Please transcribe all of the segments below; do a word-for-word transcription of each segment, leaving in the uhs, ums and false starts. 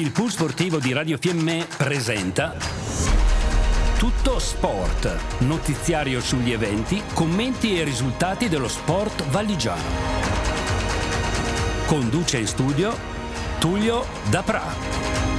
Il pool sportivo di Radio Fiemme presenta Tutto Sport, notiziario sugli eventi, commenti e risultati dello sport valligiano. Conduce in studio Tullio Dapra.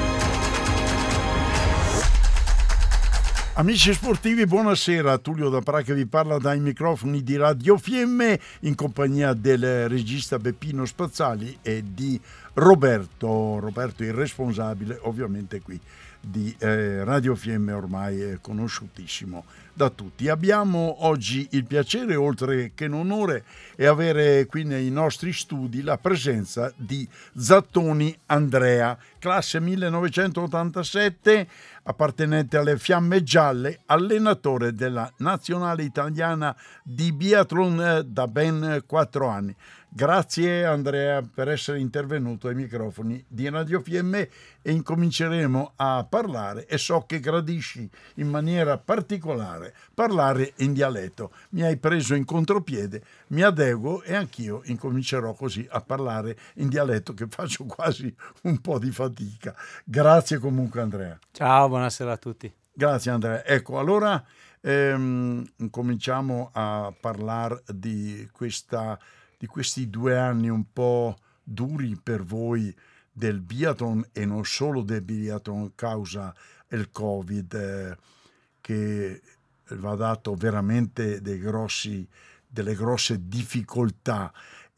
Amici sportivi, buonasera. Tullio Dapra che vi parla dai microfoni di Radio Fiemme in compagnia del regista Beppino Spazzali e di Roberto, Roberto il responsabile ovviamente qui di eh, Radio Fiemme, ormai è conosciutissimo da tutti. Abbiamo oggi il piacere, oltre che l'onore, e avere qui nei nostri studi la presenza di Zattoni Andrea, classe millenovecentottantasette, appartenente alle Fiamme Gialle, allenatore della nazionale italiana di biathlon da ben quattro anni. Grazie Andrea per essere intervenuto ai microfoni di Radio Fiemme e incominceremo a parlare, e so che gradisci in maniera particolare parlare in dialetto. Mi hai preso in contropiede, mi adeguo e anch'io incomincerò così a parlare in dialetto, che faccio quasi un po' di fatica. Grazie comunque Andrea. Ciao, buonasera a tutti. Grazie Andrea. Ecco, allora ehm, cominciamo a parlare di questa di questi due anni un po' duri per voi del biathlon, e non solo del biathlon, causa il Covid, eh, che va dato veramente dei grossi, delle grosse difficoltà.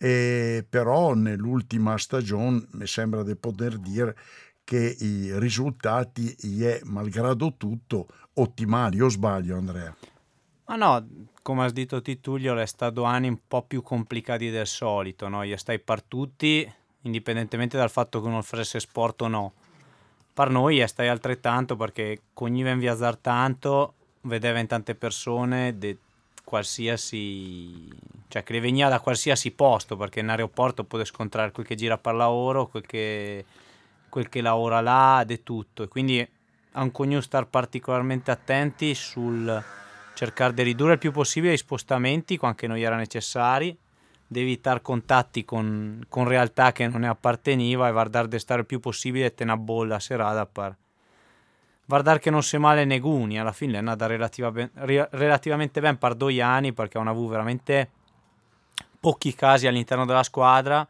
E però nell'ultima stagione mi sembra di poter dire che i risultati, è, malgrado tutto, ottimali. O sbaglio Andrea? Ma no, come has detto tu Tullio, è stato anni un po' più complicati del solito, no? Gli stai per tutti, indipendentemente dal fatto che uno facesse sport o no. Per noi è stai altrettanto, perché cogniven viaggiare tanto, vedeva in tante persone de qualsiasi, cioè che le veniva da qualsiasi posto, perché in aeroporto puoi scontrare quel che gira per lavoro, quel che, quel che lavora là, de tutto. E quindi anche stare particolarmente attenti sul cercare di ridurre il più possibile gli spostamenti quando non era necessari, di evitare contatti con, con realtà che non ne apparteneva, e guardare di stare il più possibile te una bolla serata per guardare che non si male neguni. Alla fine è andata relativa ben, relativamente ben per due anni, perché hanno avuto veramente pochi casi all'interno della squadra,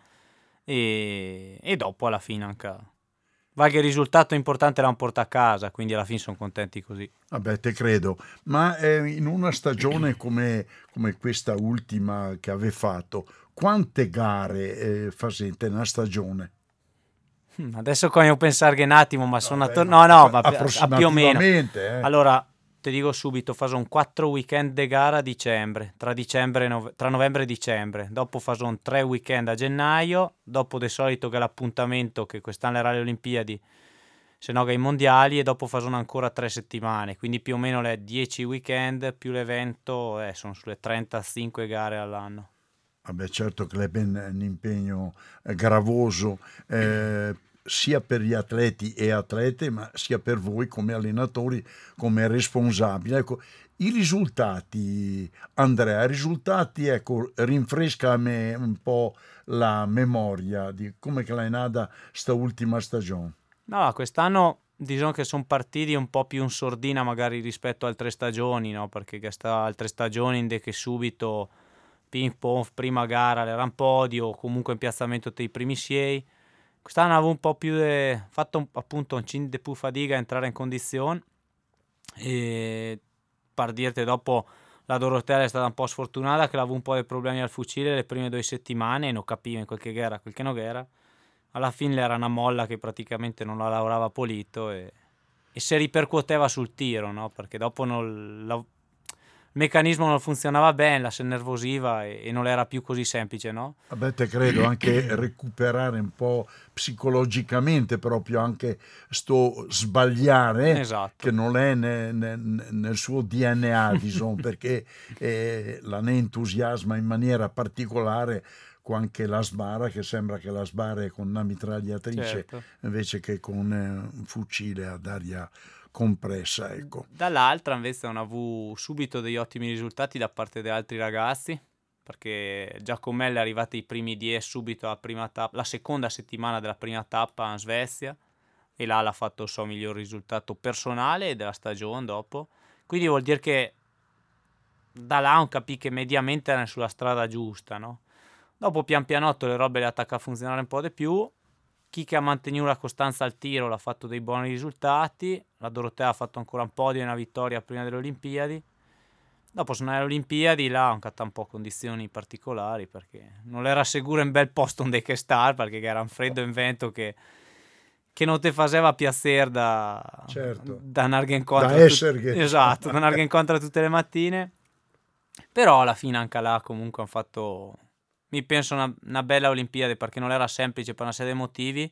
e, e dopo alla fine anche va che il risultato importante l'hanno portato a casa, quindi alla fine sono contenti così. Vabbè, te credo, ma eh, in una stagione come, come questa ultima che avevi fatto, quante gare eh, facete in una stagione? Adesso voglio pensare che un attimo, ma sono no, attor- beh, no, no, ma approssimativamente, più o meno. Eh. Allora, ti dico subito, faccio quattro weekend di gara a dicembre, tra, dicembre nove- tra novembre e dicembre, dopo faccio tre weekend a gennaio, dopo di solito che è l'appuntamento che quest'anno era le Olimpiadi, se no che i mondiali, e dopo faccio ancora tre settimane, quindi più o meno le dieci weekend più l'evento, eh, sono sulle trentacinque gare all'anno. Vabbè, certo che è ben un impegno eh, gravoso, eh, sia per gli atleti e atlete, ma sia per voi come allenatori, come responsabili. Ecco, i risultati, Andrea, i risultati, ecco, rinfresca a me un po' la memoria di come che l'hai nata sta ultima stagione. No, quest'anno diciamo che sono partiti un po' più in sordina magari rispetto a altre stagioni, no? Perché questa altre stagioni in che subito ping pong, prima gara, era un podio, comunque in piazzamento dei primi sei. Quest'anno avevo un po' più de... fatto un, appunto un cin de più fatica a entrare in condizione, e per dirti dopo la Dorotea è stata un po' sfortunata, che avevo un po' dei problemi al fucile le prime due settimane e non capivo in quel che era, quel che non era. Alla fine era una molla che praticamente non la lavorava pulito, e, e si ripercuoteva sul tiro, no? Perché dopo non, la, il meccanismo non funzionava bene, la si innervosiva e, e non era più così semplice, no? Vabbè, te credo anche recuperare un po' psicologicamente proprio anche sto sbagliare, esatto, che non è ne, ne, nel suo D N A, diciamo, perché eh, la ne entusiasma in maniera particolare anche la sbara, che sembra che la sbara è con una mitragliatrice, certo, invece che con eh, un fucile ad aria compressa, ecco. Dall'altra invece hanno avuto subito degli ottimi risultati da parte di altri ragazzi, perché Giacomella è arrivato i primi dieci subito alla prima tappa, la seconda settimana della prima tappa in Svezia, e là l'ha fatto il suo miglior risultato personale della stagione dopo, quindi vuol dire che da là un capì che mediamente era sulla strada giusta, no? Dopo pian pianotto le robe le attacca a funzionare un po' di più, chi che ha mantenuto la costanza al tiro l'ha fatto dei buoni risultati, la Dorotea ha fatto ancora un podio e una vittoria prima delle Olimpiadi. Dopo sono alle Olimpiadi, là hanno cattato un po' condizioni particolari perché non era sicuro un bel posto donde che star, perché era un freddo in vento che, che non ti faceva piacere da, certo. da andare incontro. Da essere che... Esatto, da andare incontro tutte le mattine. Però alla fine anche là comunque hanno fatto, mi penso, una, una bella Olimpiade, perché non era semplice per una serie di motivi.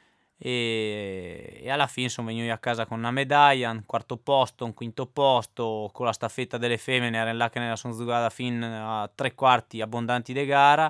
E, e alla fine sono venuti a casa con una medaglia, un quarto posto, un quinto posto, con la staffetta delle femmine erano là che ne sono giocata fino a tre quarti abbondanti di gara,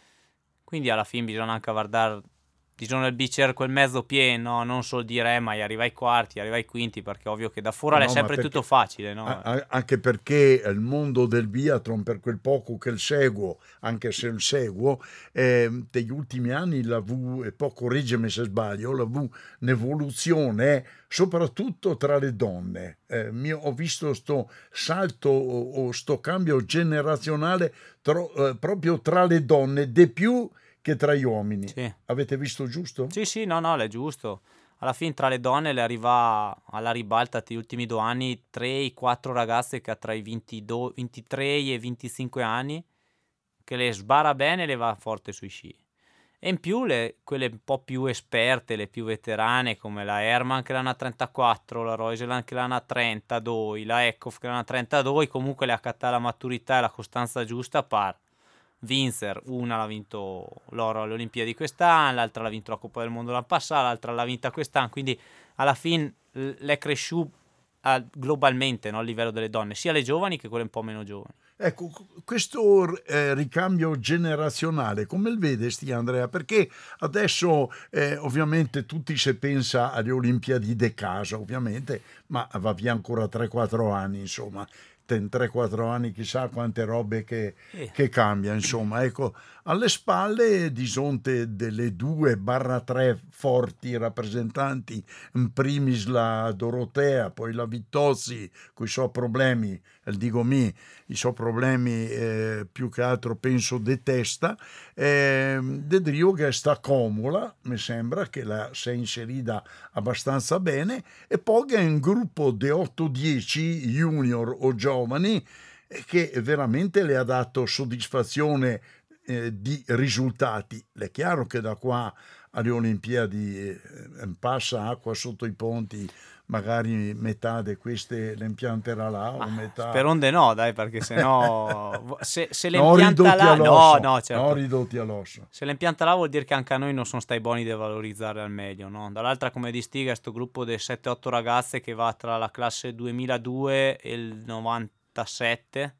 quindi alla fine bisogna anche guardare, bisogna il bicchiere quel mezzo pieno, no? Non solo dire eh, ma arriva ai quarti, arriva ai quinti, perché ovvio che da fuori no, è sempre perché, tutto facile, no? a, anche perché il mondo del biathlon, per quel poco che il seguo, anche se il seguo, eh, negli ultimi anni l'ha avuto, e poi correggimi se sbaglio, l'ha avuto un'evoluzione soprattutto tra le donne. Eh, mio, ho visto sto salto o, o sto cambio generazionale tro, eh, proprio tra le donne, di più che tra gli uomini. Sì. Avete visto giusto? Sì, sì, no, no, è giusto. Alla fine tra le donne le arriva alla ribalta negli ultimi due anni tre quattro ragazze che ha tra i ventidue, ventitré e venticinque anni, che le sbara bene e le va forte sui sci. E in più le, quelle un po' più esperte, le più veterane, come la Herman che l'hanno a trentaquattro, la Reuseland che l'hanno a trentadue, la Eckhoff che l'hanno a trentadue, comunque le ha cattata la maturità e la costanza giusta per Windsor. Una l'ha vinto l'oro alle Olimpiadi quest'anno, l'altra l'ha vinto la Coppa del Mondo l'anno passato, l'altra l'ha vinta quest'anno, quindi alla fine l'è cresciuto globalmente, no, a livello delle donne, sia le giovani che quelle un po' meno giovani. Ecco, questo eh, ricambio generazionale, come il vedi, Andrea? Perché adesso eh, ovviamente tutti si pensa alle Olimpiadi de casa, ovviamente, ma va via ancora tre quattro anni, insomma. In tre quattro anni chissà quante robe che, Eh. che cambia, insomma. Ecco, alle spalle di sonte delle due barra tre forti rappresentanti, in primis la Dorotea, poi la Vittozzi, con i suoi problemi, il dico mi, i suoi problemi eh, più che altro penso de testa, eh, de Drio che sta comola, mi sembra che la si è inserita abbastanza bene, e poi è un gruppo di otto dieci junior o giovani che veramente le ha dato soddisfazione eh, di risultati. È chiaro che da qua alle Olimpiadi eh, passa acqua sotto i ponti, magari metà di queste le impianterà là o metà... Per onde no, dai, perché sennò se, se le no, impianta là, no, no, certo. No, ridotti all'osso. Se le impianta là vuol dire che anche a noi non sono stati buoni da valorizzare al meglio, no? Dall'altra, come distiga, questo gruppo di sette otto ragazze che va tra la classe duemiladue e il novantasette,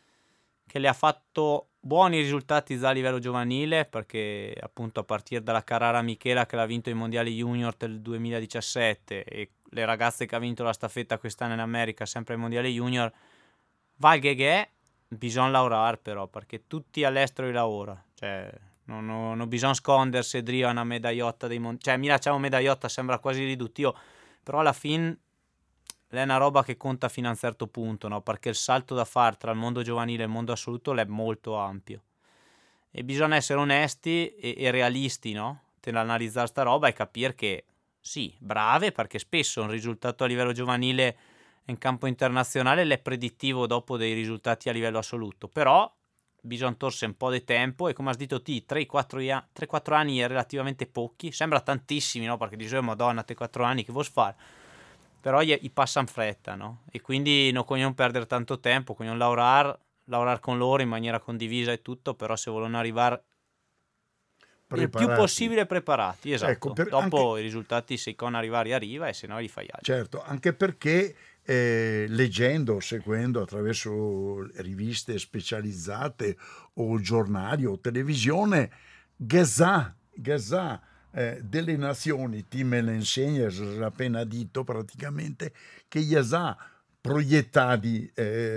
che le ha fatto buoni risultati già a livello giovanile, perché appunto a partire dalla Carrara Michela che l'ha vinto i mondiali junior del duemiladiciassette e le ragazze che ha vinto la staffetta quest'anno in America sempre ai mondiali junior, valga che è, bisogna lavorare però, perché tutti all'estero lavorano, cioè non, non, non bisogna scondersi Drio a una medagliotta dei mondiali, cioè mi lasciamo medagliotta sembra quasi riduttivo, però alla fine è una roba che conta fino a un certo punto, no? Perché il salto da fare tra il mondo giovanile e il mondo assoluto è molto ampio e bisogna essere onesti e, e realisti, no? Nell'analizzare sta roba e capire che sì, brave, perché spesso un risultato a livello giovanile in campo internazionale è predittivo dopo dei risultati a livello assoluto, però bisogna torse un po' di tempo e come has detto ti, tre quattro anni è relativamente pochi, sembra tantissimi, no? Perché dicevo madonna, te quattro anni che vuoi fare? Però gli, gli passa in fretta, no? E quindi non vogliono perdere tanto tempo, vogliono lavorare, lavorare con loro in maniera condivisa e tutto, però se vogliono arrivare preparati. Il più possibile preparati, esatto. Ecco, per, dopo anche, i risultati se con arrivare arriva e se no li fai altri. Certo, anche perché eh, leggendo, seguendo attraverso riviste specializzate o giornali o televisione, Gazzà, Gazzà eh, delle nazioni, ti me le insegna, l'ho appena detto praticamente, che Gazzà proiettati eh,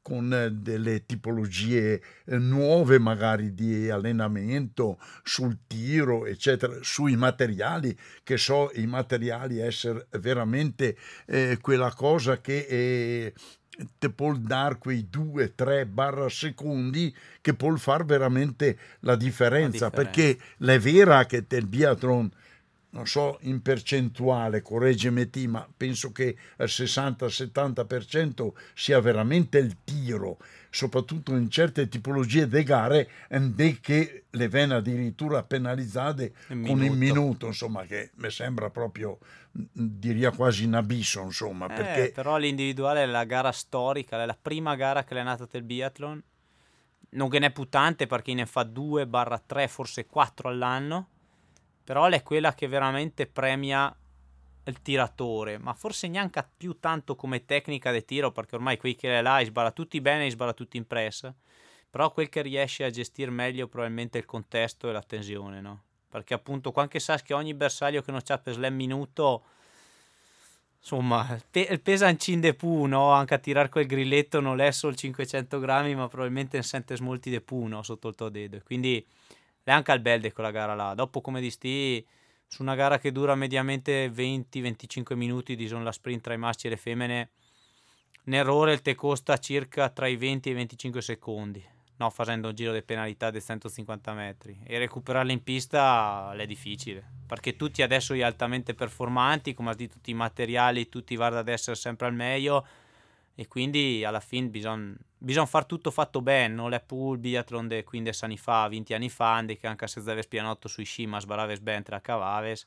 con eh, delle tipologie eh, nuove magari di allenamento sul tiro, eccetera, sui materiali, che so i materiali essere veramente eh, quella cosa che eh, te può dare quei due tre barra secondi che può fare veramente la differenza, La differenza. perché è vera che il biathlon, non so in percentuale, correggimi te, ma penso che al sessanta settanta per cento sia veramente il tiro, soprattutto in certe tipologie di gare de che le vengono addirittura penalizzate Un con il minuto. minuto, insomma, che mi sembra proprio, diria quasi un abisso, insomma, Eh, perché però l'individuale è la gara storica, è la prima gara che è nata del biathlon, non che ne è putante perché ne fa due barra tre, forse quattro all'anno, però è quella che veramente premia il tiratore, ma forse neanche più tanto come tecnica di tiro, perché ormai quei che è là sbara tutti bene, sbara tutti in press, però quel che riesce a gestire meglio probabilmente il contesto e la tensione, no? Perché appunto quando sai che ogni bersaglio che non c'ha per slam minuto, insomma, il pesancin de pu, no? Anche a tirare quel grilletto non è solo cinquecento grammi, ma probabilmente ne sente smolti de pu, no? Sotto il tuo dedo. Quindi è anche al bel di quella gara là. Dopo, come disti, su una gara che dura mediamente venti venticinque minuti, di la sprint tra i maschi e le femmine, un errore te costa circa tra i venti e i venticinque secondi, no? Facendo un giro di penalità di centocinquanta metri. E recuperarle in pista è difficile, perché tutti adesso gli altamente performanti, come has detto, tutti i materiali, tutti vanno ad essere sempre al meglio, e quindi alla fine bisogna bisogna far tutto fatto bene, non è più il biathlon di quindici anni fa, venti anni fa, che anche se zaves pianotto sui sci ma sbaraves ben tra cavaves,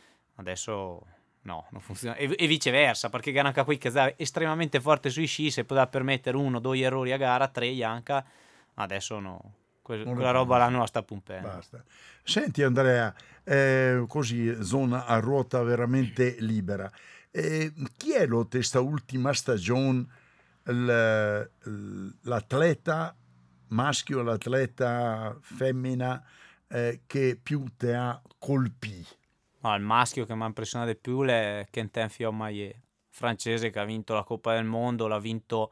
adesso no, non funziona, e, e viceversa, perché anche qui che è estremamente forte sui sci, se può permettere uno, due errori a gara, tre anche, adesso no, que- quella roba là non la sta pumpendo. Basta. Senti Andrea, eh, così zona a ruota veramente libera, eh, chi è lo questa ultima stagione l- l'atleta maschio, l'atleta femmina eh, che più te ha colpito? No, il maschio che mi ha impressionato di più è Quentin Fillon-Maillet, francese che ha vinto la Coppa del Mondo, l'ha vinto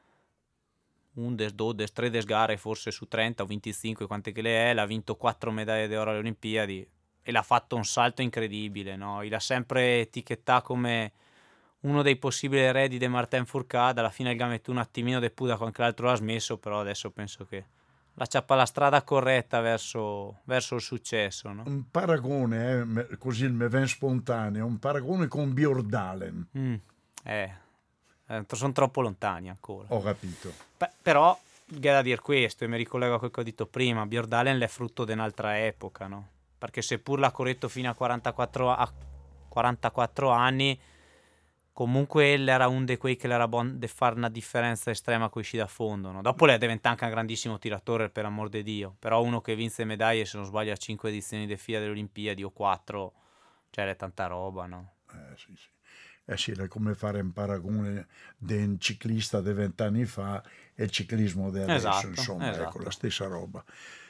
undici, dodici, tredici gare forse su trenta o venticinque, quante che le è, l'ha vinto quattro medaglie d'oro alle Olimpiadi e l'ha fatto un salto incredibile, no? L'ha sempre etichettato come uno dei possibili eredi di Martin Fourcade, alla fine il gametto un attimino de puda, anche l'altro l'ha smesso, però adesso penso che la ciappa la strada corretta verso, verso il successo, no? Un paragone, eh, così mi viene spontaneo, un paragone con Bjordalen. Mm, eh, eh, sono troppo lontani ancora. Ho capito. Beh, però, c'è da dire questo, e mi ricollego a quel che ho detto prima, Bjordalen è frutto di un'altra epoca, no? Perché seppur l'ha corretto fino a quarantaquattro, a quarantaquattro anni, comunque él era un di quei che era buono di fare una differenza estrema con i sci da fondo, no? Dopo lei è diventato anche un grandissimo tiratore, per amor di Dio, però uno che vinse medaglie, se non sbaglio, a cinque edizioni di fila delle Olimpiadi o quattro, cioè è tanta roba, no? Eh sì, sì. Eh sì, è come fare un paragone di un ciclista di vent'anni fa e il ciclismo di adesso, Esatto, insomma, esatto. ecco, la stessa roba.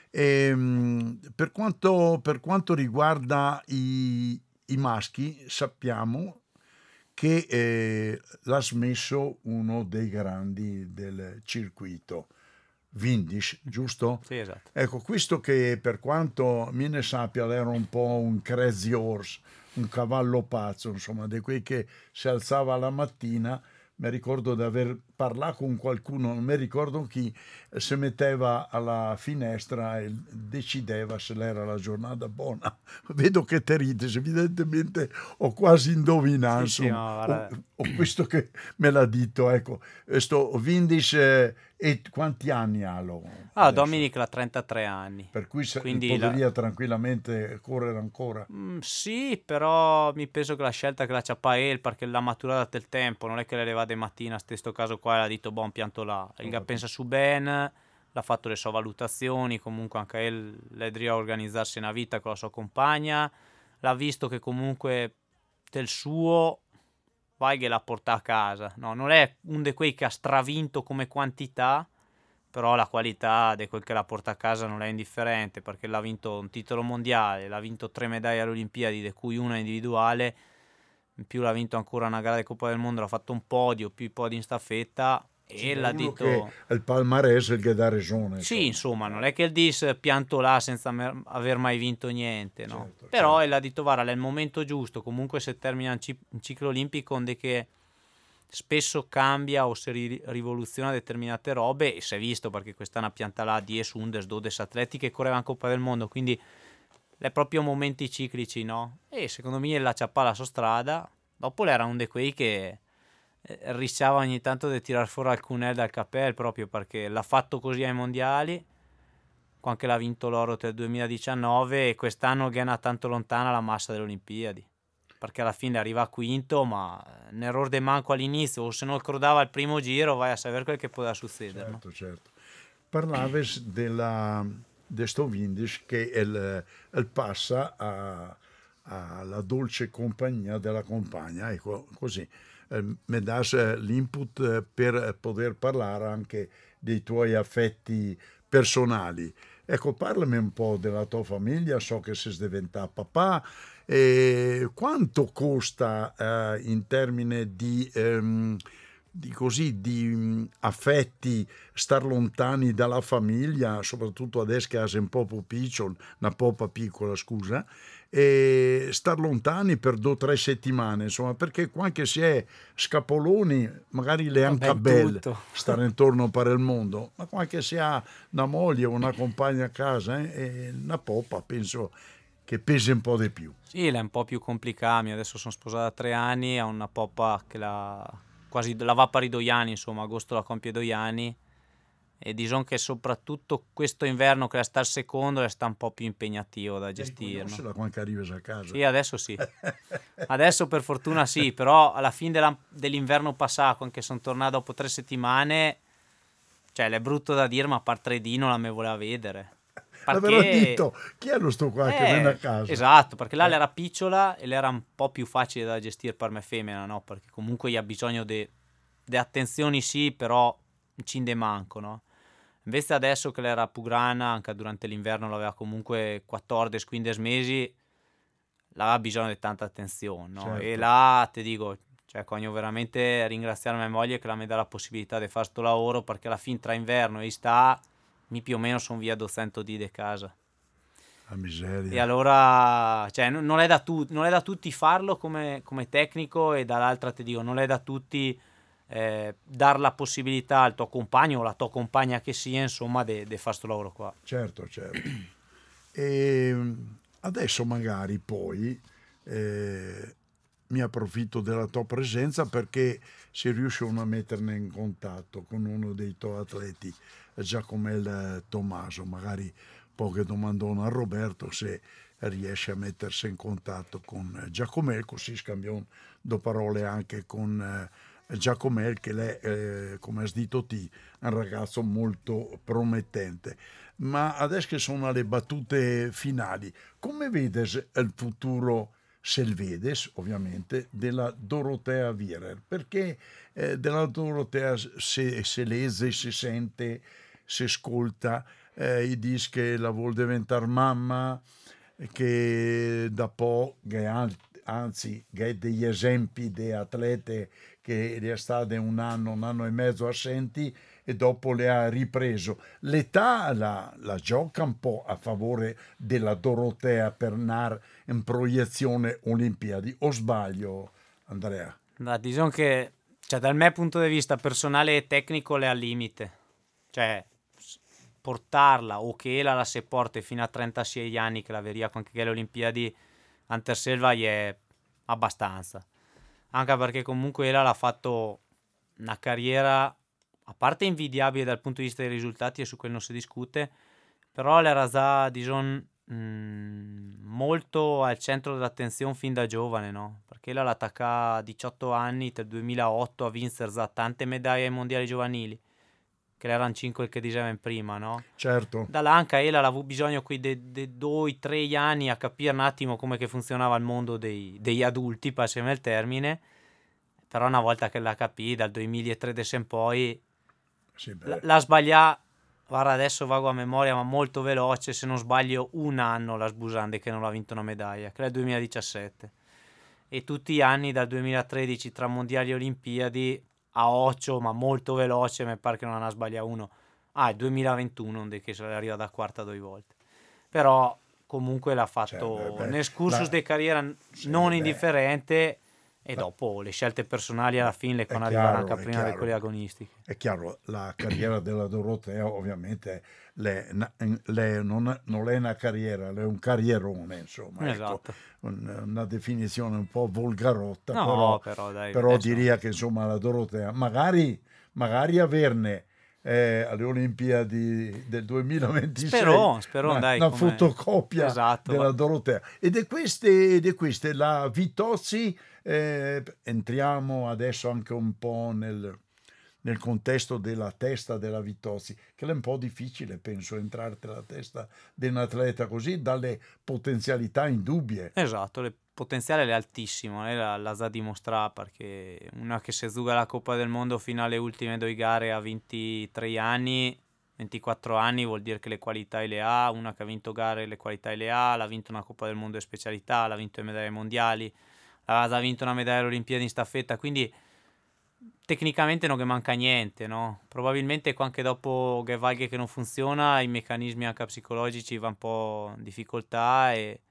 E, per, quanto, per quanto riguarda i, i maschi, sappiamo che eh, l'ha smesso uno dei grandi del circuito, Windisch, giusto? Sì, esatto. Ecco, questo che per quanto me ne sappia era un po' un crazy horse, un cavallo pazzo, insomma, di quei che si alzava la mattina, mi ricordo di aver parlato con qualcuno, non mi ricordo chi, si metteva alla finestra e decideva se era la giornata buona. Vedo che te ridi, evidentemente ho quasi indovinato, Sì, sì, insomma, ma o, guarda- o questo che me l'ha detto, ecco, sto Windisch, eh, e quanti anni ha lo Ah, adesso? Dominic ha trentatré anni. Per cui se- Quindi la- potrebbe tranquillamente correre ancora. Mm, sì, però mi penso che la scelta che la ciappa El, perché l'ha maturata del tempo, non è che le levate mattina, in questo caso qua, e l'ha detto, buon pianto là. Il capito. pensa su Ben, l'ha fatto le sue valutazioni, comunque anche El l'edria a organizzarsi una vita con la sua compagna, l'ha visto che comunque del suo vai che l'ha portata a casa. No, non è uno di quei che ha stravinto come quantità, però la qualità di quel che la porta a casa non è indifferente, perché l'ha vinto un titolo mondiale, l'ha vinto tre medaglie alle Olimpiadi, di cui una individuale, in più l'ha vinto ancora una gara di Coppa del Mondo, l'ha fatto un podio, più i podi in staffetta, e l'ha detto che il palmarès che dà ragione. Sì, insomma, non è che il dis pianto là senza mer- aver mai vinto niente, no? Certo, Però certo. l'ha detto, guarda, è il momento giusto, comunque se termina un, ci- un ciclo olimpico onde che spesso cambia o si ri- rivoluziona determinate robe, e si è visto perché questa è una pianta là, dieci, undici, dodici atleti che correvano Coppa del Mondo, quindi è proprio momenti ciclici, no? E secondo me la ciappa la sua strada, dopo era uno di quei che eh, rischiava ogni tanto di tirar fuori alcune dal cappello proprio perché l'ha fatto così ai mondiali, anche l'ha vinto l'oro del duemiladiciannove, e quest'anno che è tanto lontana la massa delle Olimpiadi, perché alla fine arriva a quinto, ma un errore de manco all'inizio, o se non crodava al primo giro, vai a sapere quel che poteva succedere. Certo, No? certo. Parlavi della, di sto Vindisch che il, il passa a, alla dolce compagnia della compagna, ecco così. Eh, mi dà l'input per poter parlare anche dei tuoi affetti personali. Ecco, parlami un po' della tua famiglia, so che sei diventato papà, e quanto costa eh, in termini di, ehm, di, così, di mh, affetti star lontani dalla famiglia, soprattutto adesso che sei un po' più piccolo, una poppa piccola, scusa, e star lontani per due o tre settimane, insomma, perché quando si è scapoloni, magari le anche belle stare intorno per il mondo, ma quando si ha una moglie o una compagna a casa, eh, e una poppa, penso che pesi un po' di più. Sì, è un po' più complicato. Adesso sono sposato da tre anni, ho una poppa che la quasi la va pari due anni, insomma, agosto la compie due anni. E diciamo che soprattutto questo inverno che la sta al secondo è sta un po' più impegnativo da gestire. No? Da quando arrivi a casa. Sì, adesso sì. Adesso per fortuna sì, però alla fine della, dell'inverno passato, anche sono tornato dopo tre settimane, cioè è brutto da dire, ma Partredì non la me voleva vedere. L'aveva detto, chi è lo sto qua eh, che viene a casa? Esatto, perché là eh. era picciola e l'era un po' più facile da gestire per me femmina, no? Perché comunque gli ha bisogno di attenzioni sì, però ci de manco, no? Invece adesso che l'era più grana, anche durante l'inverno l'aveva comunque quattordici quindici mesi, l'aveva bisogno di tanta attenzione, no? Certo. E là, ti dico, cioè, voglio veramente ringraziare mia moglie che la mi dà la possibilità di fare sto lavoro, perché alla fine tra inverno e sta mi più o meno sono via duecento di di casa. La miseria. E allora, cioè, non, non, è da tu, non è da tutti farlo come, come tecnico, e dall'altra ti dico, non è da tutti eh, dar la possibilità al tuo compagno o la tua compagna che sia, insomma, di fare questo lavoro qua. Certo, certo. E adesso magari poi eh, mi approfitto della tua presenza perché si riusciamo a metterne in contatto con uno dei tuoi atleti, Giacomel Tommaso, magari poche domandone a Roberto se riesce a mettersi in contatto con Giacomel, così scambiamo due parole anche con eh, Giacomel, che è, eh, come has detto te, un ragazzo molto promettente. Ma adesso che sono alle battute finali, come vedi il futuro, se il vedes ovviamente, della Dorotea Virer? Perché eh, della Dorotea se, se legge, si sente, si ascolta, eh, i dice che la vuol diventare mamma, che da po', anzi, che degli esempi di atlete che è state un anno, un anno e mezzo assenti e dopo le ha ripreso. L'età la, la gioca un po' a favore della Dorotea per andare in proiezione Olimpiadi, o sbaglio, Andrea? No, diciamo che, cioè, dal mio punto di vista personale e tecnico, le ha al limite. Cioè, portarla o che la se porta fino a trentasei anni, che la veria anche che le Olimpiadi Anterselva gli è abbastanza. Anche perché comunque ella l'ha fatto una carriera a parte invidiabile dal punto di vista dei risultati, e su cui non si discute, però l'era già Dijon mh, molto al centro dell'attenzione fin da giovane, no? Perché ella l'attacca a diciotto anni, del duemilaotto a vincere già tante medaglie ai mondiali giovanili, che erano cinque che diceva in prima, no? Certo. Da là anche ella aveva bisogno qui dei due tre anni a capire un attimo come che funzionava il mondo dei, degli adulti, passiamo il termine, però una volta che la capì, dal duemilatredici in poi, sì, la, la sbaglia, guarda adesso vago a memoria, ma molto veloce, se non sbaglio un anno la Sbusande che non ha vinto una medaglia, che è il duemiladiciassette, e tutti gli anni dal duemilatredici tra mondiali e Olimpiadi a occhio, ma molto veloce, mi pare che non ha sbagliato uno. Ah, il duemilaventuno, che se arriva da quarta due volte. Però comunque l'ha fatto Cioè, beh, nel cursus la- di carriera sì, non beh. indifferente, e La- dopo le scelte personali alla fine le È fanno chiaro, arrivare anche è prima di chiaro. quelle agonistiche. È chiaro, la carriera della Dorotea ovviamente le- na- le- non, non è una carriera, è un carrierone, insomma, ecco, Esatto. un- una definizione un po' volgarotta, No, però, però dai, però adesso- diria che insomma la Dorotea, magari, magari averne eh, alle Olimpiadi del duemilaventisei Spero, spero, una, dai, una come- fotocopia Esatto, della va- Dorotea. Ed è queste, ed è queste la Vitozzi, eh, entriamo adesso anche un po' nel, nel contesto della testa della Vitozzi, che è un po' difficile, penso, entrare nella testa di un atleta così, dalle potenzialità indubbie. Esatto, il potenziale è altissimo, lei la, la sa dimostrare, perché una che si zuga la Coppa del Mondo fino alle ultime due gare a ventitré anni, ventiquattro anni, vuol dire che le qualità le ha, una che ha vinto gare le qualità le ha, l'ha vinto una Coppa del Mondo di specialità, l'ha vinto le medaglie mondiali, ha vinto una medaglia alle Olimpiadi in staffetta, quindi tecnicamente non che manca niente, no? Probabilmente anche dopo che valga che non funziona, i meccanismi anche psicologici va un po' in difficoltà e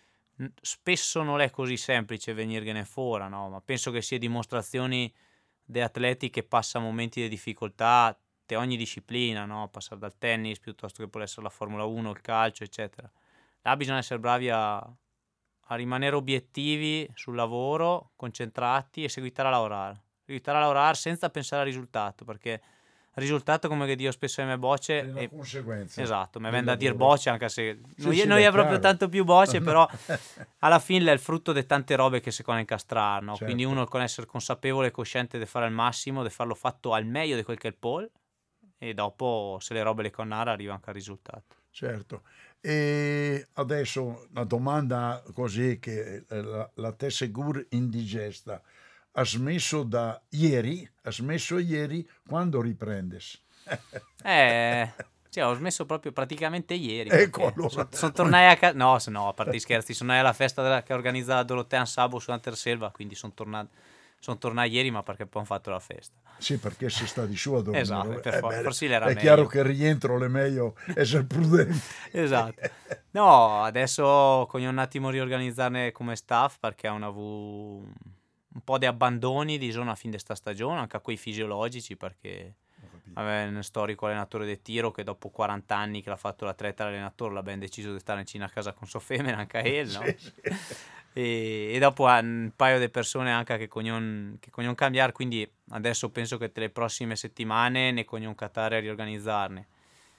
n- spesso non è così semplice venirgliene fuori, no? Ma penso che sia dimostrazioni di atleti che passano momenti di difficoltà di ogni disciplina, no? Passare dal tennis piuttosto che può essere la Formula uno, il calcio, eccetera. Là bisogna essere bravi a, a rimanere obiettivi sul lavoro, concentrati e seguitare a lavorare. Seguitare a lavorare senza pensare al risultato, perché il risultato, come che Dio spesso le mie È bocce, una è- conseguenza. esatto, mi del viene da dire lavoro. bocce, anche se Sì, non, sì, non è è proprio chiaro. tanto più bocce, No. però alla fine è il frutto di tante robe che si con incastrare, no? Certo. Quindi uno con essere consapevole e cosciente di fare il massimo, di farlo fatto al meglio di quel che è il pole, e dopo se le robe le connare arriva anche al risultato. Certo. E adesso una domanda così che eh, la, la te segur indigesta. Ha smesso da ieri? Ha smesso ieri? Quando riprendes? Eh, sì, ho smesso proprio praticamente ieri. Ecco, perché allora. Sono son tornati a casa. No, se no, a parte gli scherzi, sono tornati alla festa della- che organizza la Dorotea Sabo su Anterselva, quindi sono tornato, son tornato ieri, ma perché poi hanno fatto la festa. Sì, perché si sta di su a dormire. Esatto, per Eh, for- beh, forse era è meglio. chiaro che il rientro è meglio essere prudenti. Esatto. No, adesso voglio un attimo riorganizzarne come staff, perché hanno avuto un po' di abbandoni di zona a fine di sta stagione, anche a quei fisiologici, perché Ho capito. aveva un storico allenatore del tiro che dopo quaranta anni che l'ha fatto l'atleta l'allenatore l'ha ben deciso di stare in Cina a casa con sua femmina, anche a él, no? Sì, sì. E, e dopo ha un paio di persone anche che cognon, che cognon cambiare, quindi adesso penso che le prossime settimane ne cognon catare a riorganizzarne.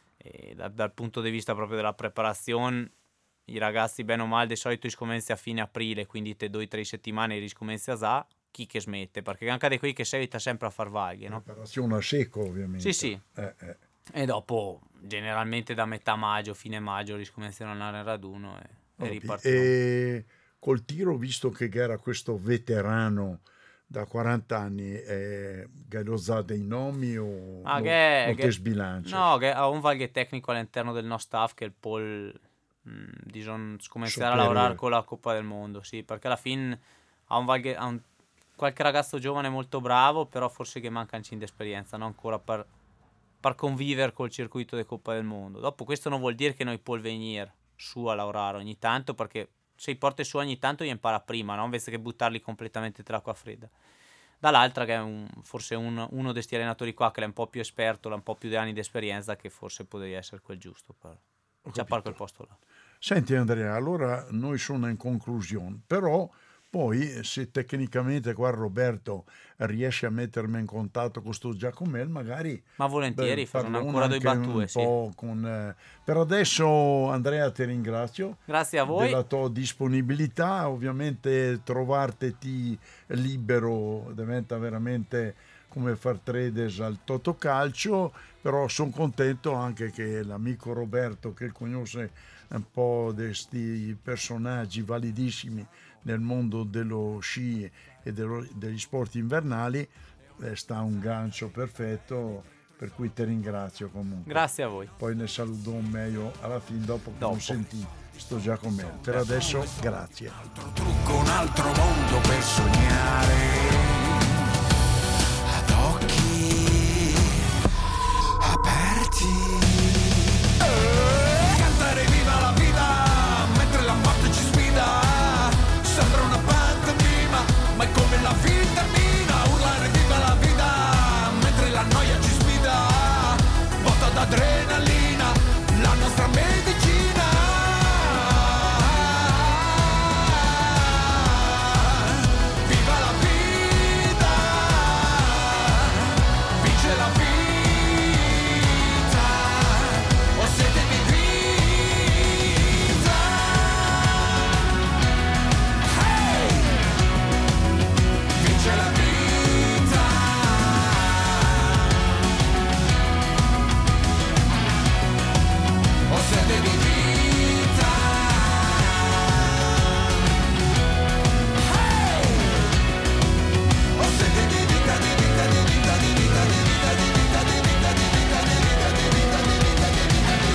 E da- dal punto di vista proprio della preparazione, i ragazzi bene o male di solito scommenzi a fine aprile, quindi te due o tre settimane riscommenzi a za, chi che smette, perché anche di qui che seguita sempre a far vaghe, no? Preparazione a secco, ovviamente. Sì, sì. Eh, eh. E dopo generalmente da metà maggio, fine maggio riscominciano ad andare in raduno e, Ho e capito. ripartiamo. E col tiro, visto che era questo veterano da quaranta anni, eh, che lo sa dei nomi o Ah, no- che- non che- te sbilancia? No, che ha un valghe tecnico all'interno del nostro staff che è il Paul mh, bisogna cominciare a Superiore. lavorare con la Coppa del Mondo, sì, perché alla fine ha un valghe, ha un- qualche ragazzo giovane molto bravo, però forse che manca un cin di esperienza, no? Ancora per, per convivere col circuito di Coppa del Mondo. Dopo questo non vuol dire che noi può venire su a lavorare ogni tanto, perché se i porti su ogni tanto gli impara prima, no? Invece che buttarli completamente tra l'acqua fredda. Dall'altra che è un- forse un- uno di questi allenatori qua che è un po' più esperto, ha un po' più di anni di esperienza, che forse potrebbe essere quel giusto per Ho ciappare capito. quel posto là. Senti Andrea, allora noi sono in conclusione, però poi se tecnicamente qua Roberto riesce a mettermi in contatto con sto Giacomel, magari Ma volentieri, beh, faranno parlo ancora due anche battute, un sì. po' con, eh, per adesso Andrea ti ringrazio Grazie a voi. della tua disponibilità, ovviamente trovarti libero diventa veramente come far trades al Totocalcio, però sono contento anche che l'amico Roberto, che conosce un po' di questi personaggi validissimi nel mondo dello sci e dello- degli sport invernali, eh, sta un gancio perfetto, per cui ti ringrazio comunque. Grazie a voi. Poi ne saluto un meglio alla fine dopo che Dopo. non sentì sto già con me. Per adesso grazie. altro trucco, un altro mondo per sognare. Ad la film termina, urlare viva la vita, mentre la noia ci sfida, botta d'adrenalina, la nostra medicina. Viva la vita, vince la vita, ho sete di vita. Hey! Vince la vita, ho sete di vita. Hey! Ho sete di vita, di vita, di vita, di vita, di vita, di vita, di vita, di vita, di vita, di vita, di vita, di vita, di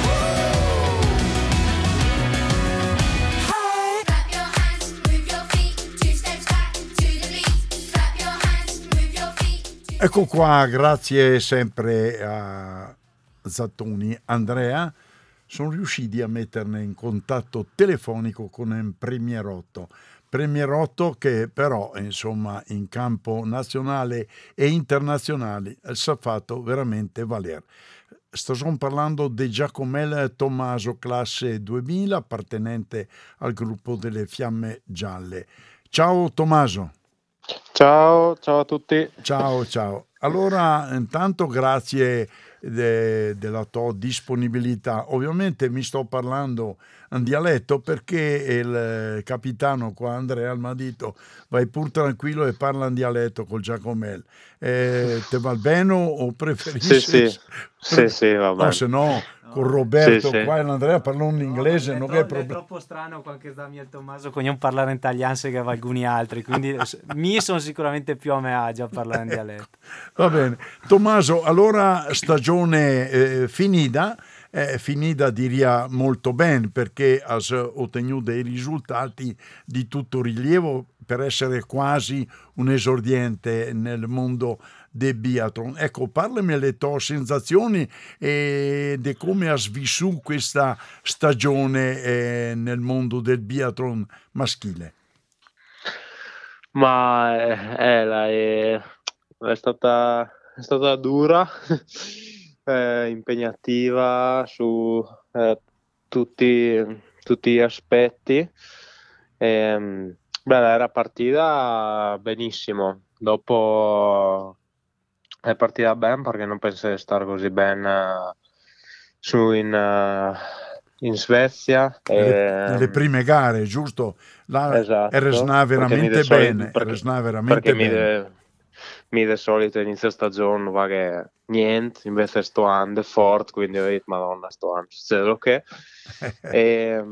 Hey! Clap your hands, move your feet, two steps back to the beat. Clap your hands, move your feet. Ecco qua, grazie sempre a Zattoni Andrea, sono riusciti a metterne in contatto telefonico con un Premierotto. Premierotto che però, insomma, in campo nazionale e internazionale si è fatto veramente valere. Sto parlando di Giacomel Tommaso, classe duemila, appartenente al gruppo delle Fiamme Gialle. Ciao Tommaso. Ciao, ciao a tutti. Ciao, ciao. Allora, intanto grazie de- della tua disponibilità. Ovviamente mi sto parlando in dialetto perché il capitano qua, Andrea, mi ha detto vai pur tranquillo e parla in dialetto col Giacomel. Eh, te va bene o preferisci? Sì, sì, sì, sì, va No, bene. se no, con Roberto Sì, sì. qua e l'Andrea parlano in inglese, è non tro- è è problema. troppo strano qualche da mio Tommaso con non parlare in italiano che va alcuni altri, quindi s- mi sono sicuramente più a mio agio a parlare in dialetto. Va bene. Tommaso, allora stagione eh, finita, eh, finita diria molto bene perché has ottenuto dei risultati di tutto rilievo per essere quasi un esordiente nel mondo del biathlon. Ecco, parlami delle tue sensazioni e di come hai vissuto questa stagione eh, nel mondo del biathlon maschile. Ma eh, eh, la- è, è stata, è stata dura, eh, impegnativa su eh, tutti, tutti gli aspetti. Ehm, beh, era partita benissimo. Dopo è partita bene perché non pensavo di stare così bene su in, eh, in Svezia. Nelle, nelle Ehm, prime gare, giusto? Là Esatto, resna perché mi de veramente solito, bene, perché, resna veramente perché mi bene. de, mi de solito inizio stagione va che niente, invece sto andando forte, quindi ho detto madonna sto andando, succede lo che. E,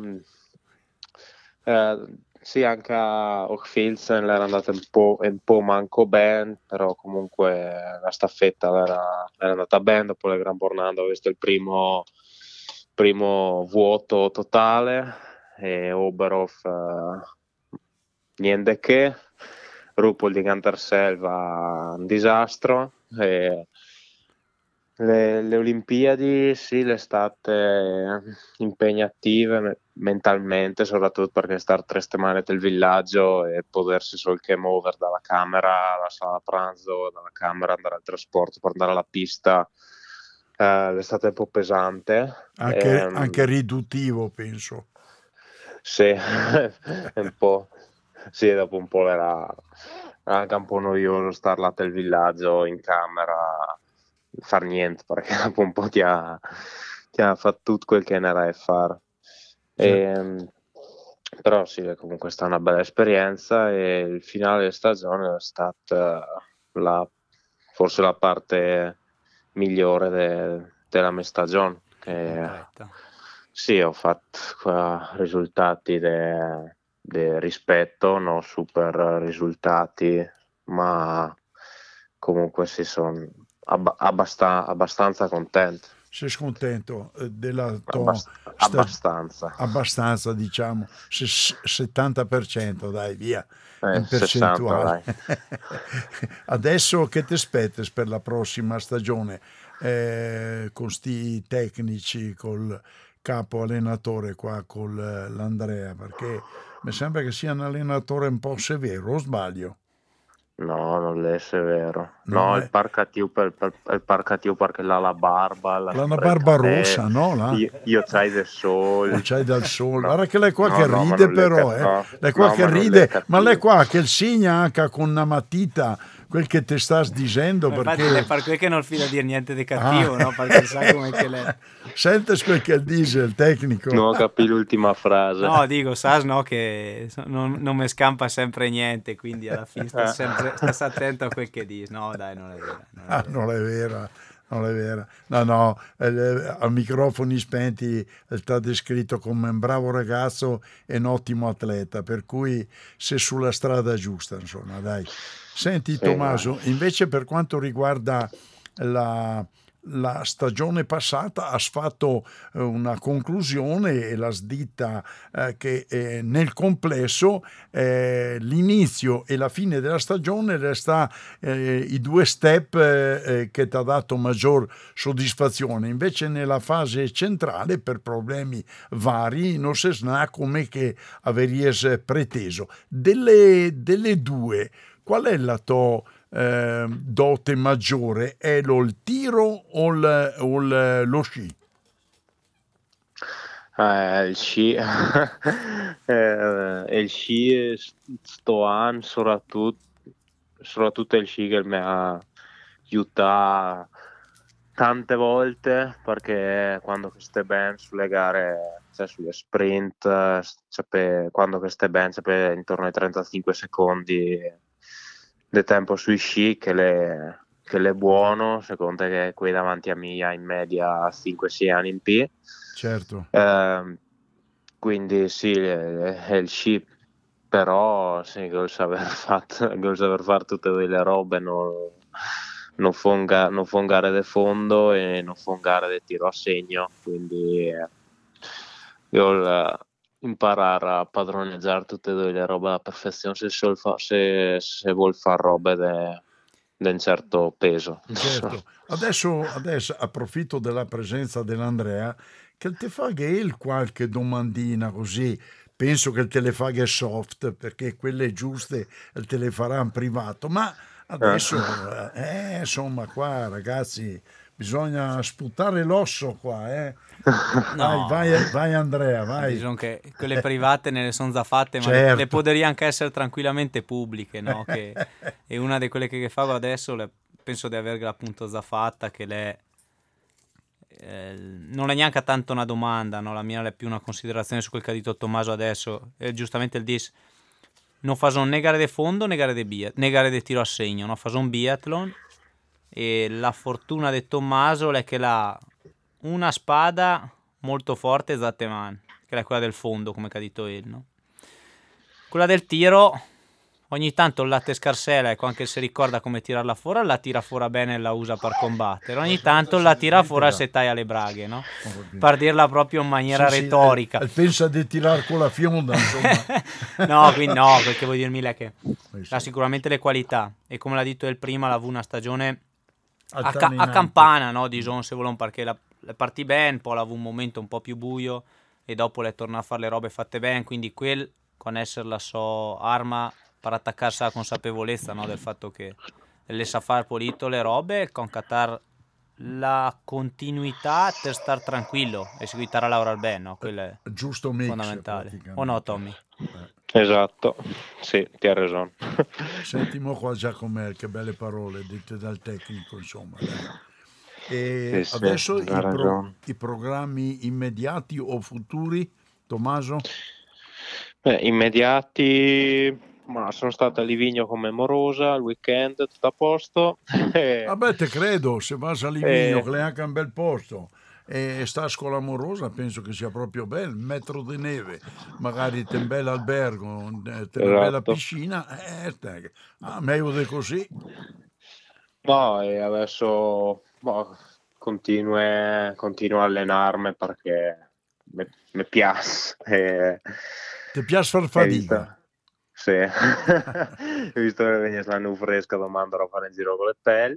eh, sì, anche a Hochfilzen era andata un po', un po' manco bene, però comunque la staffetta era, era andata bene, dopo le Gran Bornando ho visto il primo, primo vuoto totale e Oberhof eh, niente che, Ruppel di Canterselva un disastro e le, le Olimpiadi sì, l'estate impegnative me- mentalmente, soprattutto perché stare tre settimane nel villaggio e potersi solo che muovere dalla camera alla sala pranzo, dalla camera andare al trasporto per andare alla pista, eh, l'estate è un po' pesante. Anche, Ehm, anche riduttivo, penso. sì, è un po'. Sì, dopo un po' era anche un po' noioso star là nel villaggio in camera, far niente, perché dopo un po' ti ha, ti ha fatto tutto quel che era da fare. E, però sì, comunque è stata una bella esperienza e il finale di stagione è stata la, forse la parte migliore de- della mia stagione. E, Completa. sì, ho fatto qua risultati de, de rispetto, non super risultati, ma comunque sì, sono abba- abbasta- abbastanza contento. Sei scontento eh, della tua Abbast- sta- abbastanza. abbastanza, diciamo, se- settanta per cento, dai, via, Eh, in sessanta, percentuale. dai. Adesso che ti aspetti per la prossima stagione? Eh, con sti tecnici, col capo allenatore qua, con l'Andrea, perché mi sembra che sia un allenatore un po' severo, o sbaglio? No, non è vero. No, No, il eh. parcatiu per, per, il parcatiu perché l'ha la barba, la L'ha una barba rossa, sprecatezza. no? Là? Io, io c'hai del O sole. c'hai dal sole. No, Guarda che lei qua no, che no, ma ride non le però, cap- eh. no, Lei qua no, che ma non le ride, ma lei capisco. qua che il segna anche con una matita quel che te stas dicendo Ma infatti perché... è per quel che non fila a dire niente di cattivo, no? Perché sa come che lei... Sente quel che dice il tecnico. Non ho capito l'ultima frase. No, dico, Sas no, che so- non, non mi scampa sempre niente, quindi alla fine sta sempre sta attento a quel che dici. No, dai, non è vero. Non è Ah, vero. non è vera, non è vera. No, no, eh, a microfoni spenti sta descritto come un bravo ragazzo e un ottimo atleta, per cui sei sulla strada giusta, insomma, dai. Senti Sì, Tommaso, dai. invece per quanto riguarda la, la stagione passata, has fatto eh, una conclusione e la sditta eh, che eh, nel complesso eh, l'inizio e la fine della stagione resta eh, i due step eh, eh, che ti ha dato maggior soddisfazione. Invece nella fase centrale, per problemi vari, non si sa come che avries preteso. Delle, delle due, qual è la tua eh, dote maggiore? È lo il tiro o, il- o il- lo sci? Eh, il sci, eh, il sci sto anno soprattutto, soprattutto il sci che mi ha aiutato tante volte perché quando che stai bene sulle gare, cioè sulle sprint, eh, sape- quando che stai bene, sape intorno ai trentacinque secondi di tempo sui sci che le, che le buono, secondo te che qui davanti a me in media cinque sei anni in più. Certo. Ehm, quindi sì, è, è il sci, però sì, che il saper fatto, che il saper fare tutte quelle robe non, non fa un ga- non fa un gare di fondo e non fa un gare di tiro a segno, quindi eh, io il- imparare a padroneggiare tutte quelle robe alla perfezione se, sol fa- se, se vuol fare robe di un certo peso. Certo, adesso, adesso approfitto della presenza dell'Andrea che te fa che il qualche domandina così, penso che te le fa che soft perché quelle giuste te le farà in privato, ma adesso eh, insomma qua ragazzi bisogna sputare l'osso qua, eh. Vai, No, vai, vai Andrea, vai. diciamo che quelle private ne sono già fatte, ma le, Certo. le poderiano anche essere tranquillamente pubbliche, no? Che è una di quelle che, che fago adesso, le- penso di averla appunto già fatta, che le, eh, non è neanche tanto una domanda, no? La mia è più una considerazione su quel che ha detto Tommaso adesso. E giustamente il dis non fa né gare di fondo né gare di biat- né gare di tiro a segno, no? Fa un biathlon e la fortuna di Tommaso è che ha una spada molto forte Zatteman, che è quella del fondo, come ha detto lui, no? Quella del tiro ogni tanto latte scarsela, ecco, anche se ricorda come tirarla fuori, la tira fuori bene e la usa per combattere. Ogni tanto la tira fuori se taglia le braghe, no? Per dirla proprio in maniera Sì, sì, retorica. eh, pensa di tirare con la fionda, insomma. No, quindi no, perché vuol dirmi lei che Eh sì. ha sicuramente le qualità e come l'ha detto il prima, l'ha avuto una stagione a, ca- a Altalenante. campana, no? Diciamo, se volevamo, perché la, le partì bene, poi l'ha avuto un momento un po' più buio e dopo le torna a fare le robe fatte bene, quindi quel con essere la sua arma per attaccarsi alla consapevolezza, no? Del fatto che le sa fare pulito le robe con Qatar la continuità per star tranquillo e seguitare a lavorare bene, no? Quello è Giusto mix fondamentale. praticamente. O no, Tommy? Esatto, sì, ti ha ragione. Sentimo qua Giacomo, che belle parole dette dal tecnico, insomma. Dai. E Sì, sì, adesso ha i, pro- ragione. i programmi immediati o futuri, Tommaso? Beh, immediati, ma sono stato a Livigno come Morosa il weekend, tutto a posto. E, Vabbè, te credo, se vas a Livigno, e- che è anche un bel posto, e sta a scuola amorosa, penso che sia proprio bello, un metro di neve, magari te un bel albergo, eh, te una bella esatto. piscina, eh, te- ah, meglio di così. No, e adesso boh, continuo, continuo a allenarmi perché mi, mi piace. E, Ti piace far hai fatica? visto? Sì, ho visto che viene l'anno fresco, domando a fare in giro con le pelle.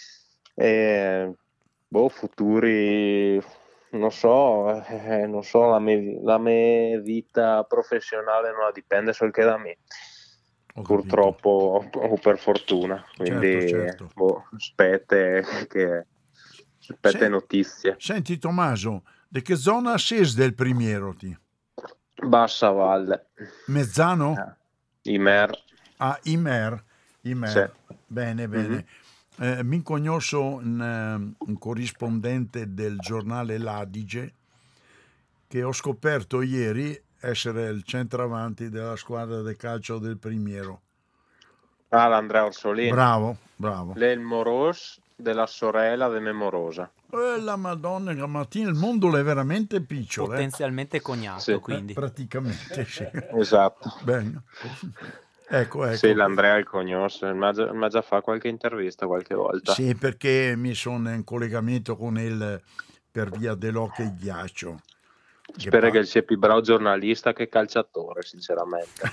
E, boh, futuri, non so, eh, non so, la mia, la mia vita professionale non dipende solo che da me. Ho purtroppo o, o per fortuna, quindi Certo, certo. boh, aspette che aspette Sì. notizie. Senti Tommaso, di che zona sei del Primiero ti? Bassa Valle, Mezzano? eh, Imer, Ah, Imer. Imer. Sì. Bene, bene. Eh, mi conosco un, eh, un corrispondente del giornale L'Adige che ho scoperto ieri essere il centravanti della squadra di calcio del Primiero. ah, l'Andrea Orsolini, Bravo, bravo. lei è il moros della sorella di Memorosa. Eh, la Madonna, la mattina il mondo è veramente piccolo, eh. Potenzialmente cognato, Sì. quindi. Eh, praticamente sì. Esatto. Bene. Ecco, ecco. Sì, l'Andrea il conosce, mi ha già, mi ha già fatto qualche intervista qualche volta. Sì, perché mi sono in collegamento con il per via dell'hockey ghiaccio. Spero pa- che sia più bravo giornalista che calciatore, sinceramente.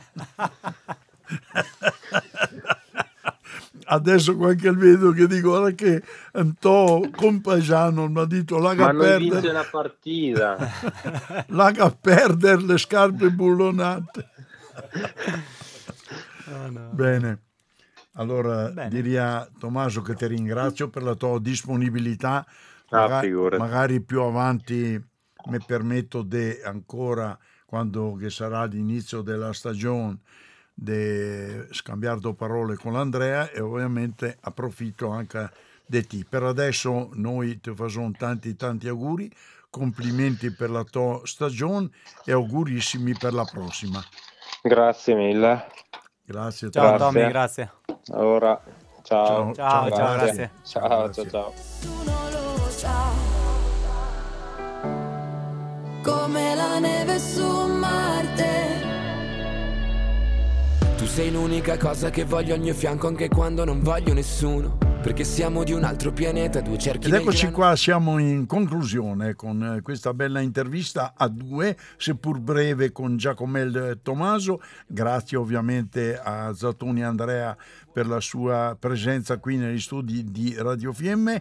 Adesso qualche vedo che dico guarda che un to' compaesano mi ha detto Ma laga non vince perdere, una partita. laga perdere le scarpe bullonate. Oh, no. Bene. Allora Bene. direi a Tommaso che ti ringrazio per la tua disponibilità. Ah, Maga- figurati. magari più avanti mi permetto di ancora, quando che sarà l'inizio della stagione, di scambiare due parole con l'Andrea e ovviamente approfitto anche di te. Per adesso noi ti facciamo tanti tanti auguri, complimenti per la tua stagione e augurissimi per la prossima. Grazie mille. Grazie. Ciao Tommaso. Tommy, grazie. Ora, ciao. Ciao, Ciao, ciao, grazie. Ciao, ciao, Grazie. ciao. Nessuno lo sa, come la neve su Marte. Tu sei l'unica cosa che voglio al mio fianco anche quando non voglio nessuno, perché siamo di un altro pianeta, due cerchi Ed nel eccoci grano. qua, siamo in conclusione con eh, questa bella intervista a due, seppur breve, con Giacomel Tommaso. Grazie ovviamente a Zattoni Andrea per la sua presenza qui negli studi di Radio Fiemme.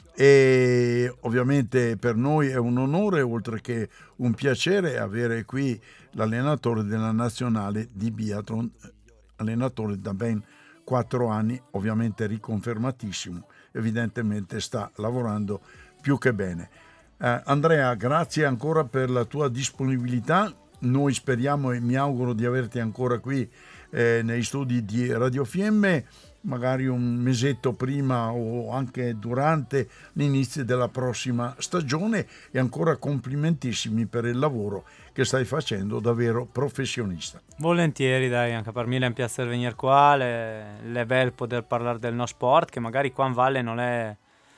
E ovviamente per noi è un onore, oltre che un piacere, avere qui l'allenatore della nazionale di biathlon, allenatore da ben quattro anni, ovviamente riconfermatissimo, evidentemente sta lavorando più che bene. Eh, Andrea, grazie ancora per la tua disponibilità. Noi speriamo e mi auguro di averti ancora qui eh, nei studi di Radio Fiemme, magari un mesetto prima o anche durante l'inizio della prossima stagione, e ancora complimentissimi per il lavoro che stai facendo, davvero professionista. Volentieri, dai, anche per me è un piacere venire qua, le- è bello poter parlare del nostro sport, che magari qua in Valle non è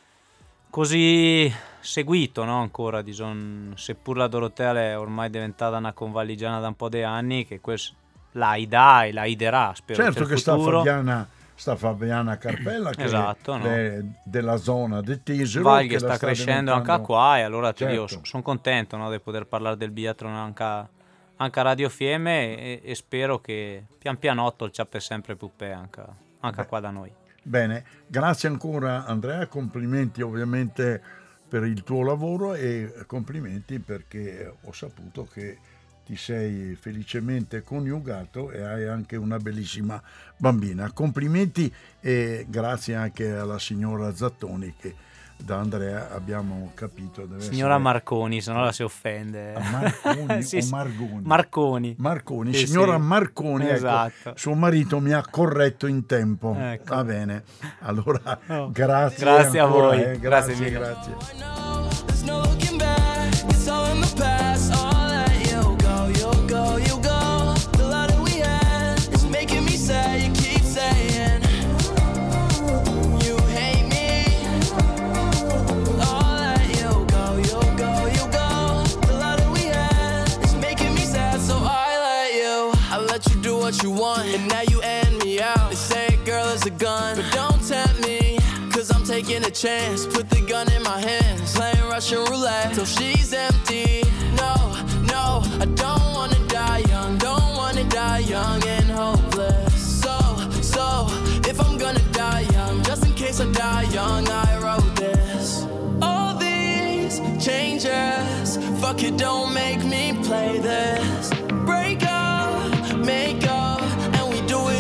così seguito, no? Ancora, diciamo, seppur la Dorotea è ormai diventata una convalligiana da un po' di anni, che questo la idà e la iderà, spero, Certo per che il sta futuro. Fabiana, sta Fabiana Carpella, che Esatto, no? è della zona di Tesero, Vagli che sta, la sta crescendo anche diventando- qua, e allora ti dico, Certo. sono contento, no, di poter parlare del biathlon anche a, anche a Radio Fiemme, e, e spero che pian pianotto il ciappe sempre più pe anche, anche qua da noi. Bene, grazie ancora Andrea, complimenti ovviamente per il tuo lavoro e complimenti perché ho saputo che ti sei felicemente coniugato e hai anche una bellissima bambina. Complimenti e grazie anche alla signora Zattoni, che da Andrea abbiamo capito deve Signora essere... Marconi, se no la si offende. Marconi Sì, o sì. Margoni? Marconi. Marconi, Sì, signora sì. Marconi, ecco, Esatto. suo marito mi ha corretto in tempo. Ecco. Va bene, allora Oh. grazie, Grazie a ancora, voi. eh, Grazie grazie, mille. grazie. There's no looking back, it's all in the past. All that you go, you go, you go. The love that we had is making me sad. You keep saying you hate me. All that you go, you go, you go. The love that we had is making me sad. So I let you, I let you do what you want, and now you end me out. They say a girl is a gun, but don't tempt me. Cause I'm taking a chance, put the gun in my hands, playing Russian roulette till she's empty. No, no, I don't wanna die young, don't wanna die young and hopeless. So, so, if I'm gonna die young, just in case I die young, I wrote this. All these changes, fuck it, don't make me play this. Break up, make up, and we do it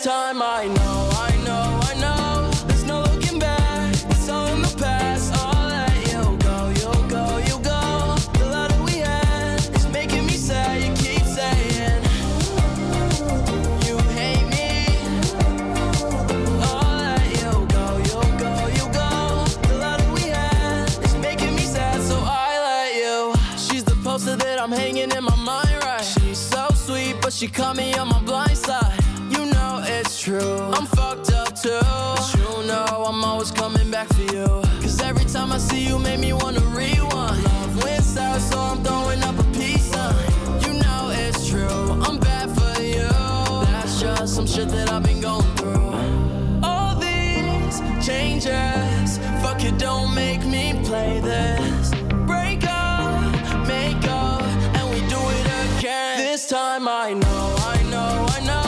time I know, I know, I know. There's no looking back, it's all in the past. I'll let you go, you go, you go. The love that we had is making me sad. You keep saying you hate me. I'll let you go, you go, you go. The love that we had is making me sad, so I let you. She's the poster that I'm hanging in my mind, right? She's so sweet, but she caught me on my blind side. You know it's true, I'm fucked up too. But you know I'm always coming back for you. Cause every time I see you make me wanna rewind. Love wins out, so I'm throwing up a peace sign. You know it's true, I'm bad for you. That's just some shit that I've been going through. All these changes, fuck it, don't make me play this. Break up, make up, and we do it again. This time I know, I know, I know.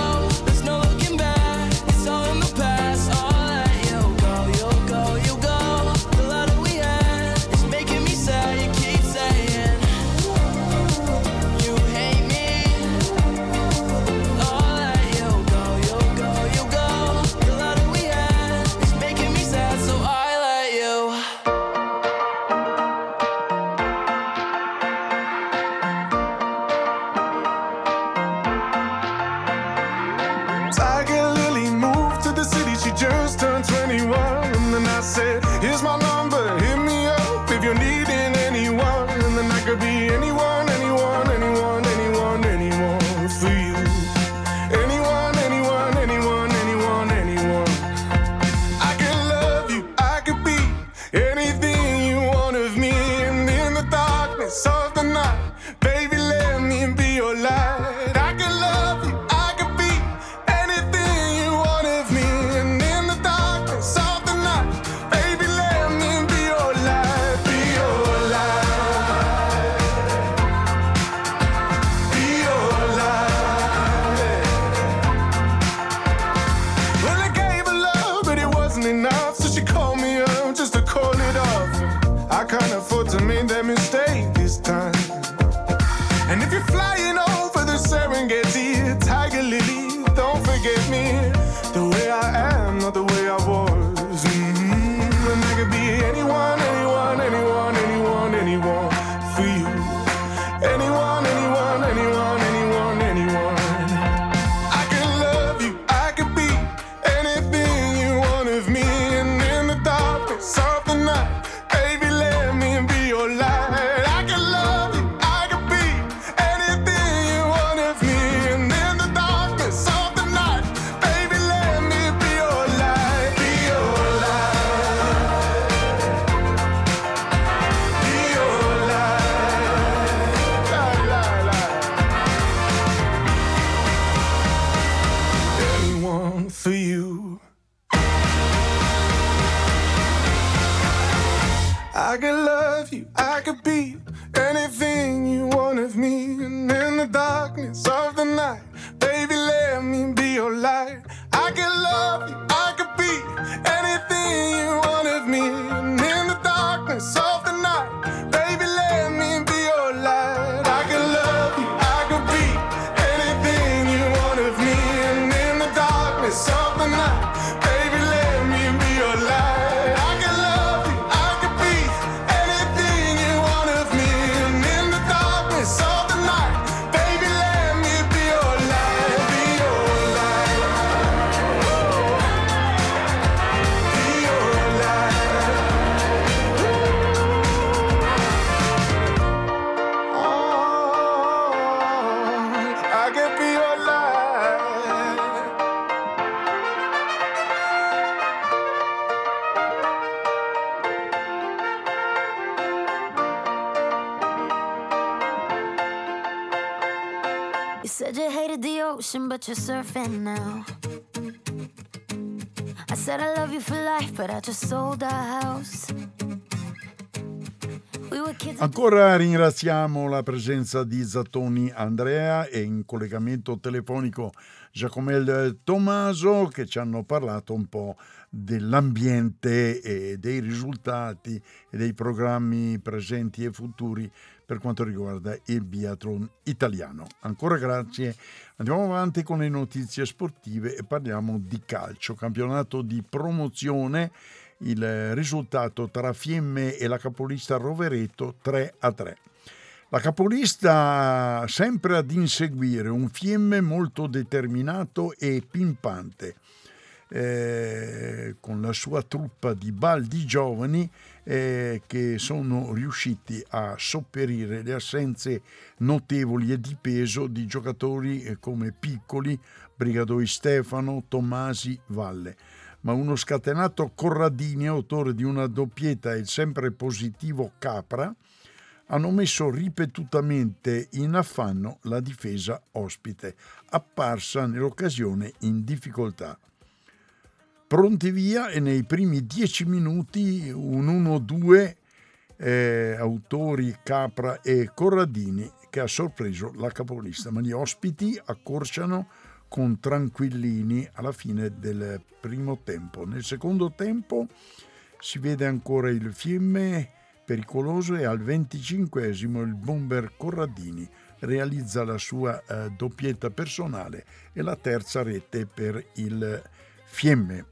But you're surfing now. I said I love you for life, but I just sold our house. We were kids. Ancora ringraziamo la presenza di Zattoni Andrea e in collegamento telefonico Giacomel Tommaso, che ci hanno parlato un po' dell'ambiente e dei risultati e dei programmi presenti e futuri per quanto riguarda il biathlon italiano. Ancora grazie. Andiamo avanti con le notizie sportive e parliamo di calcio. Campionato di promozione, il risultato tra Fiemme e la capolista Rovereto tre a tre. La capolista sempre ad inseguire un Fiemme molto determinato e pimpante. Eh, con la sua truppa di baldi giovani eh, che sono riusciti a sopperire le assenze notevoli e di peso di giocatori eh, come Piccoli, Brigadoi Stefano, Tommasi, Valle. Ma uno scatenato Corradini, autore di una doppietta, e il sempre positivo Capra hanno messo ripetutamente in affanno la difesa ospite, apparsa nell'occasione in difficoltà. Pronti via e nei primi dieci minuti un uno due eh, autori Capra e Corradini che ha sorpreso la capolista, ma gli ospiti accorciano con tranquillini alla fine del primo tempo. Nel secondo tempo si vede ancora il Fiemme pericoloso e al venticinquesimo il bomber Corradini realizza la sua eh, doppietta personale e la terza rete per il Fiemme.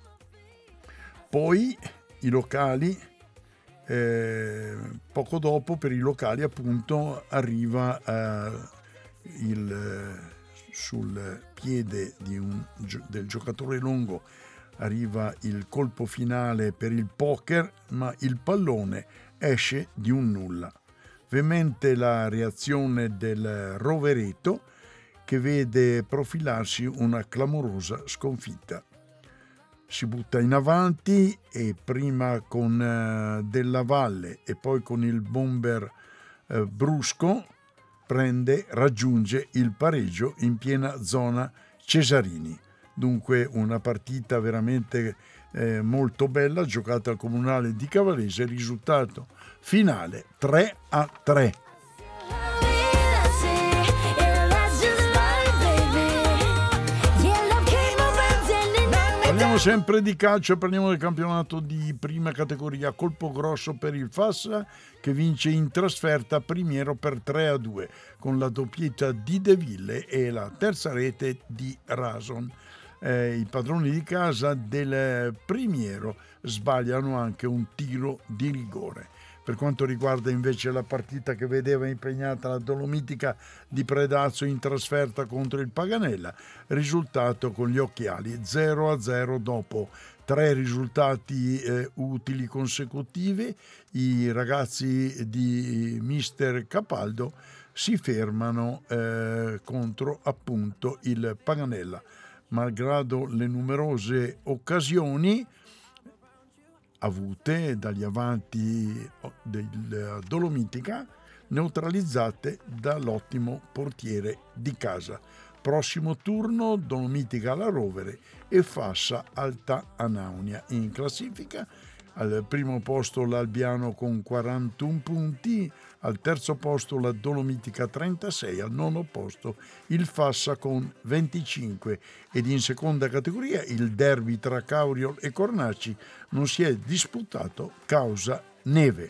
Poi i locali, eh, poco dopo per i locali appunto arriva eh, il, sul piede di un, del giocatore Longo, arriva il colpo finale per il poker, ma il pallone esce di un nulla. Veemente la reazione del Rovereto che vede profilarsi una clamorosa sconfitta. Si butta in avanti e prima con uh, Della Valle e poi con il bomber uh, Brusco prende, raggiunge il pareggio in piena zona Cesarini. Dunque una partita veramente eh, molto bella giocata al Comunale di Cavallese, risultato finale tre a tre. Parliamo sempre di calcio, parliamo del campionato di prima categoria, colpo grosso per il Fassa che vince in trasferta Primiero per tre a due con la doppietta di De Ville e la terza rete di Rason. Eh, i padroni di casa del Primiero sbagliano anche un tiro di rigore. Per quanto riguarda invece la partita che vedeva impegnata la Dolomitica di Predazzo in trasferta contro il Paganella, risultato con gli occhiali zero a zero dopo tre risultati eh, utili consecutivi. I ragazzi di mister Capaldo si fermano eh, contro appunto il Paganella, malgrado le numerose occasioni avute dagli avanti della Dolomitica, neutralizzate dall'ottimo portiere di casa. Prossimo turno Dolomitica alla Rovere e Fassa Alta Anaunia. In classifica al primo posto l'Albiano con quarantuno punti, al terzo posto la Dolomitica trentasei, al nono posto il Fassa con venticinque ed in seconda categoria il derby tra Cauriol e Cornaci non si è disputato causa neve.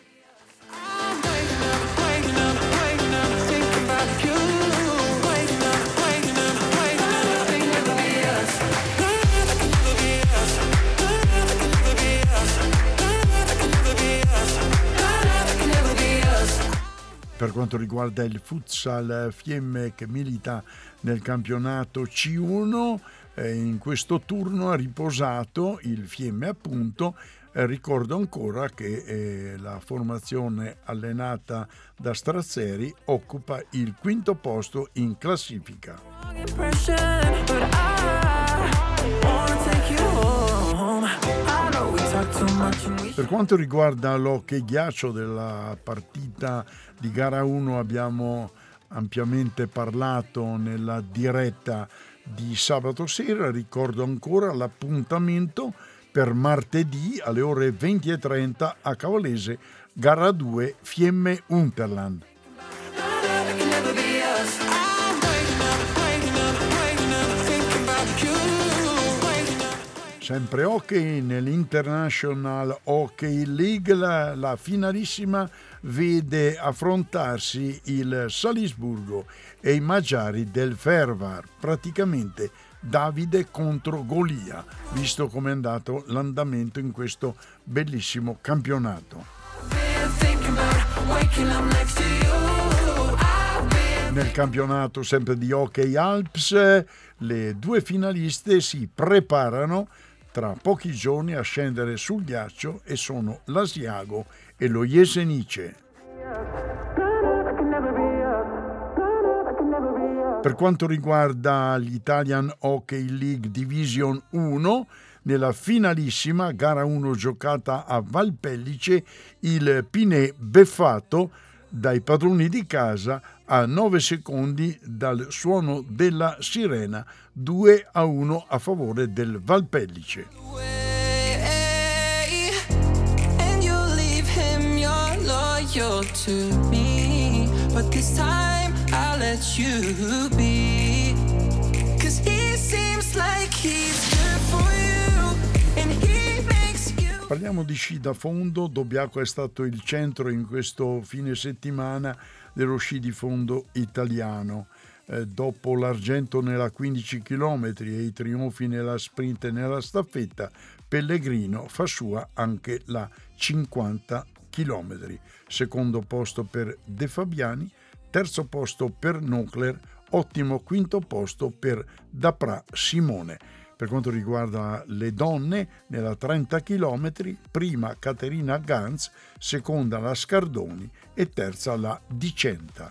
Per quanto riguarda il futsal Fiemme che milita nel campionato C uno, eh, in questo turno ha riposato il Fiemme appunto. Eh, ricordo ancora che eh, la formazione allenata da Strazzeri occupa il quinto posto in classifica. Per quanto riguarda l'hockey ghiaccio della partita di gara uno abbiamo ampiamente parlato nella diretta di sabato sera. Ricordo ancora l'appuntamento per martedì alle ore venti e trenta a Cavallese, gara due Fiemme Unterland. Sempre hockey nell'International Hockey League, la, la finalissima vede affrontarsi il Salisburgo e i Magiari del Fervar, praticamente Davide contro Golia, visto come è andato l'andamento in questo bellissimo campionato. Nel campionato sempre di Hockey Alps, le due finaliste si preparano tra pochi giorni a scendere sul ghiaccio e sono l'Asiago e lo Jesenice. Per quanto riguarda l'Italian Hockey League Division uno, nella finalissima gara uno giocata a Valpellice, il Pinè beffato dai padroni di casa a nove secondi dal suono della sirena, due a uno a favore del Valpellice. And you leave him, you're loyal to me, but this time I'll let you be, 'cause he seems like he's good for you and he makes you. Parliamo di sci da fondo. Dobbiaco è stato il centro in questo fine settimana dello sci di fondo italiano. Eh, dopo l'argento nella quindici chilometri e i trionfi nella sprint e nella staffetta, Pellegrino fa sua anche la cinquanta chilometri. Secondo posto per De Fabiani, terzo posto per Nocler, ottimo quinto posto per Dapra Simone. Per quanto riguarda le donne, nella trenta chilometri, prima Caterina Ganz, seconda la Scardoni e terza la Dicenta.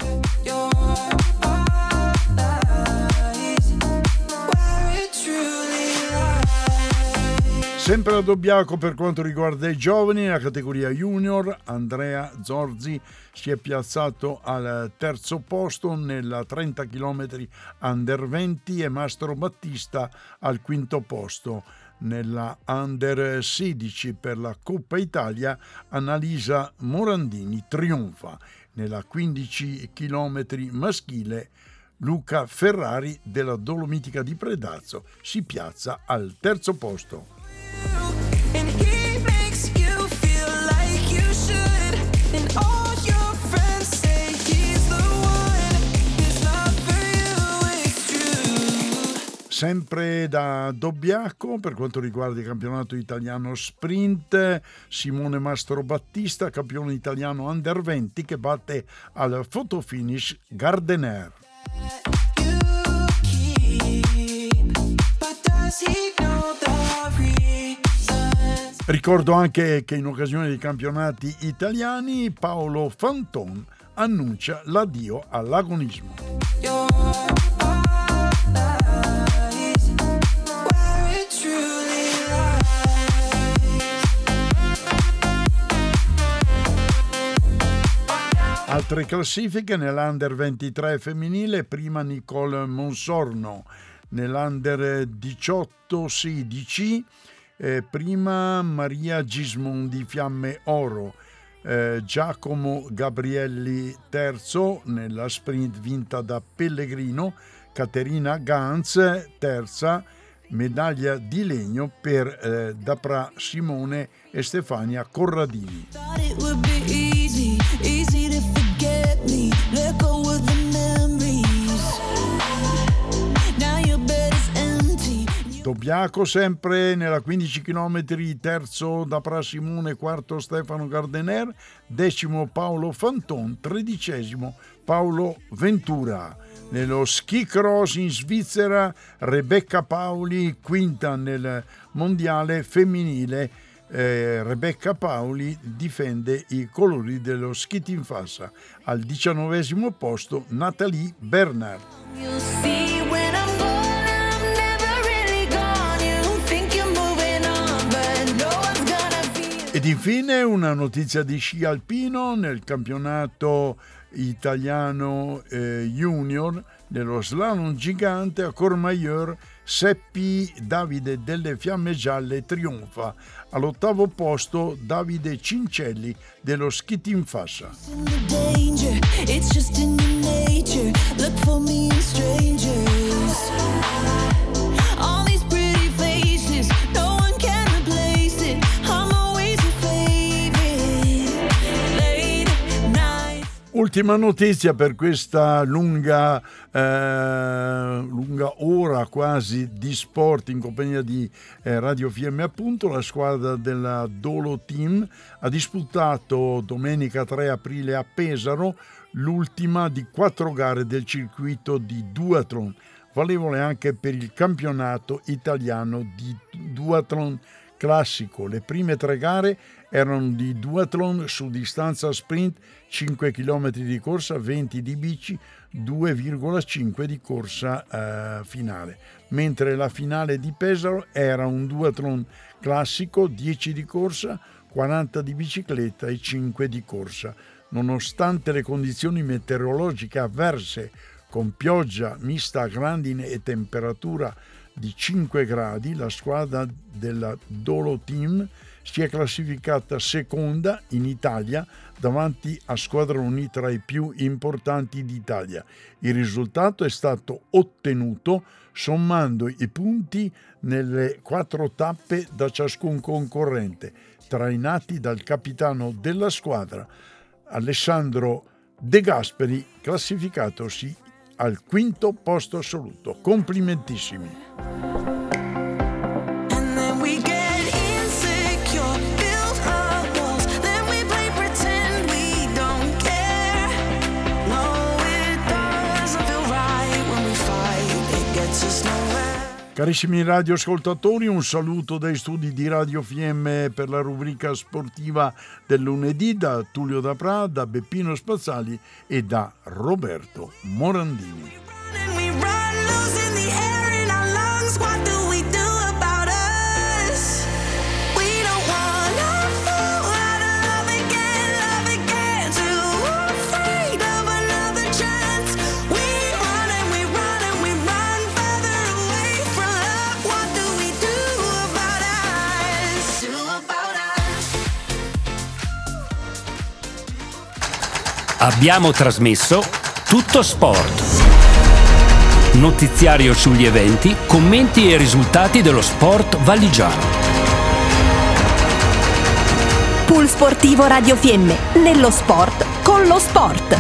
Sempre a Dobbiaco per quanto riguarda i giovani, nella categoria junior, Andrea Zorzi si è piazzato al terzo posto, nella trenta chilometri under venti e Mastro Battista al quinto posto. Nella under sedici per la Coppa Italia, Annalisa Morandini trionfa. Nella quindici chilometri maschile, Luca Ferrari della Dolomitica di Predazzo si piazza al terzo posto. And he makes you feel like you should, and all your friends say he's the one. His love for you is true. Sempre da Dobbiaco, per quanto riguarda il campionato italiano sprint, Simone Mastro Battista, campione italiano under venti, che batte al fotofinish Gardener. You keep, but does he know the reasons? Ricordo anche che in occasione dei campionati italiani Paolo Fanton annuncia l'addio all'agonismo. Your eyes, where it truly lies. Altre classifiche: nell'Under ventitré femminile, prima Nicole Monsorno, nell'Under diciotto sedici Eh, prima Maria Gismondi Fiamme Oro, eh, Giacomo Gabrielli terzo nella sprint vinta da Pellegrino, Caterina Ganz terza, medaglia di legno per eh, Dapra Simone e Stefania Corradini. Thought it would be easy, easy to forget me, let go of the memories. Now your bed is empty. Dobbiaco sempre nella quindici chilometri, terzo Dapra Simone, quarto Stefano Gardener, decimo Paolo Fanton, tredicesimo Paolo Ventura. Nello ski cross in Svizzera, Rebecca Pauli, quinta nel mondiale femminile. Eh, Rebecca Pauli difende i colori dello ski team Fassa. Al diciannovesimo posto Nathalie Bernard. You'll see when I'm gone, I'm never really gone. You think you're moving on, but no one's gonna feel. Ed infine una notizia di sci alpino nel campionato italiano eh, junior, nello slalom gigante a Courmayeur, Seppi Davide delle Fiamme Gialle trionfa. All'ottavo posto Davide Cincelli dello ski team Fassa. In the danger, it's just in your nature. Look for me in strangers. All these pretty faces Ultima notizia per questa lunga, eh, lunga ora quasi di sport in compagnia di eh, Radio F M. Appunto, la squadra della Dolo Team ha disputato domenica tre aprile a Pesaro l'ultima di quattro gare del circuito di duathlon, valevole anche per il campionato italiano di duathlon classico. Le prime tre gare erano di duathlon su distanza sprint, cinque chilometri di corsa, venti di bici, due virgola cinque di corsa eh, finale, mentre la finale di Pesaro era un duathlon classico, dieci di corsa, quaranta di bicicletta e cinque di corsa. Nonostante le condizioni meteorologiche avverse, con pioggia mista a grandine e temperatura di cinque gradi, la squadra della Dolo Team si è classificata seconda in Italia davanti a squadroni tra i più importanti d'Italia. Il risultato è stato ottenuto sommando i punti nelle quattro tappe da ciascun concorrente, trainati dal capitano della squadra, Alessandro De Gasperi, classificatosi al quinto posto assoluto. Complimentissimi. And then we get insecure, build our walls, then we play pretend we don't care. No, it doesn't feel right when we fight, it gets us nowhere. Carissimi radioascoltatori, un saluto dai studi di Radio F M per la rubrica sportiva del lunedì da Tullio Dapra, da Beppino Spazzali e da Roberto Morandini. And we run, losing the air in our lungs. What do we do about us? We don't wanna fall out of love again, love again. Too afraid of another chance. We run and we run and we run further away from love. What do we do about us? Do about us? Abbiamo trasmesso Tutto Sport. Notiziario sugli eventi, commenti e risultati dello sport valigiano. Pool sportivo Radio Fiemme, nello sport con lo sport.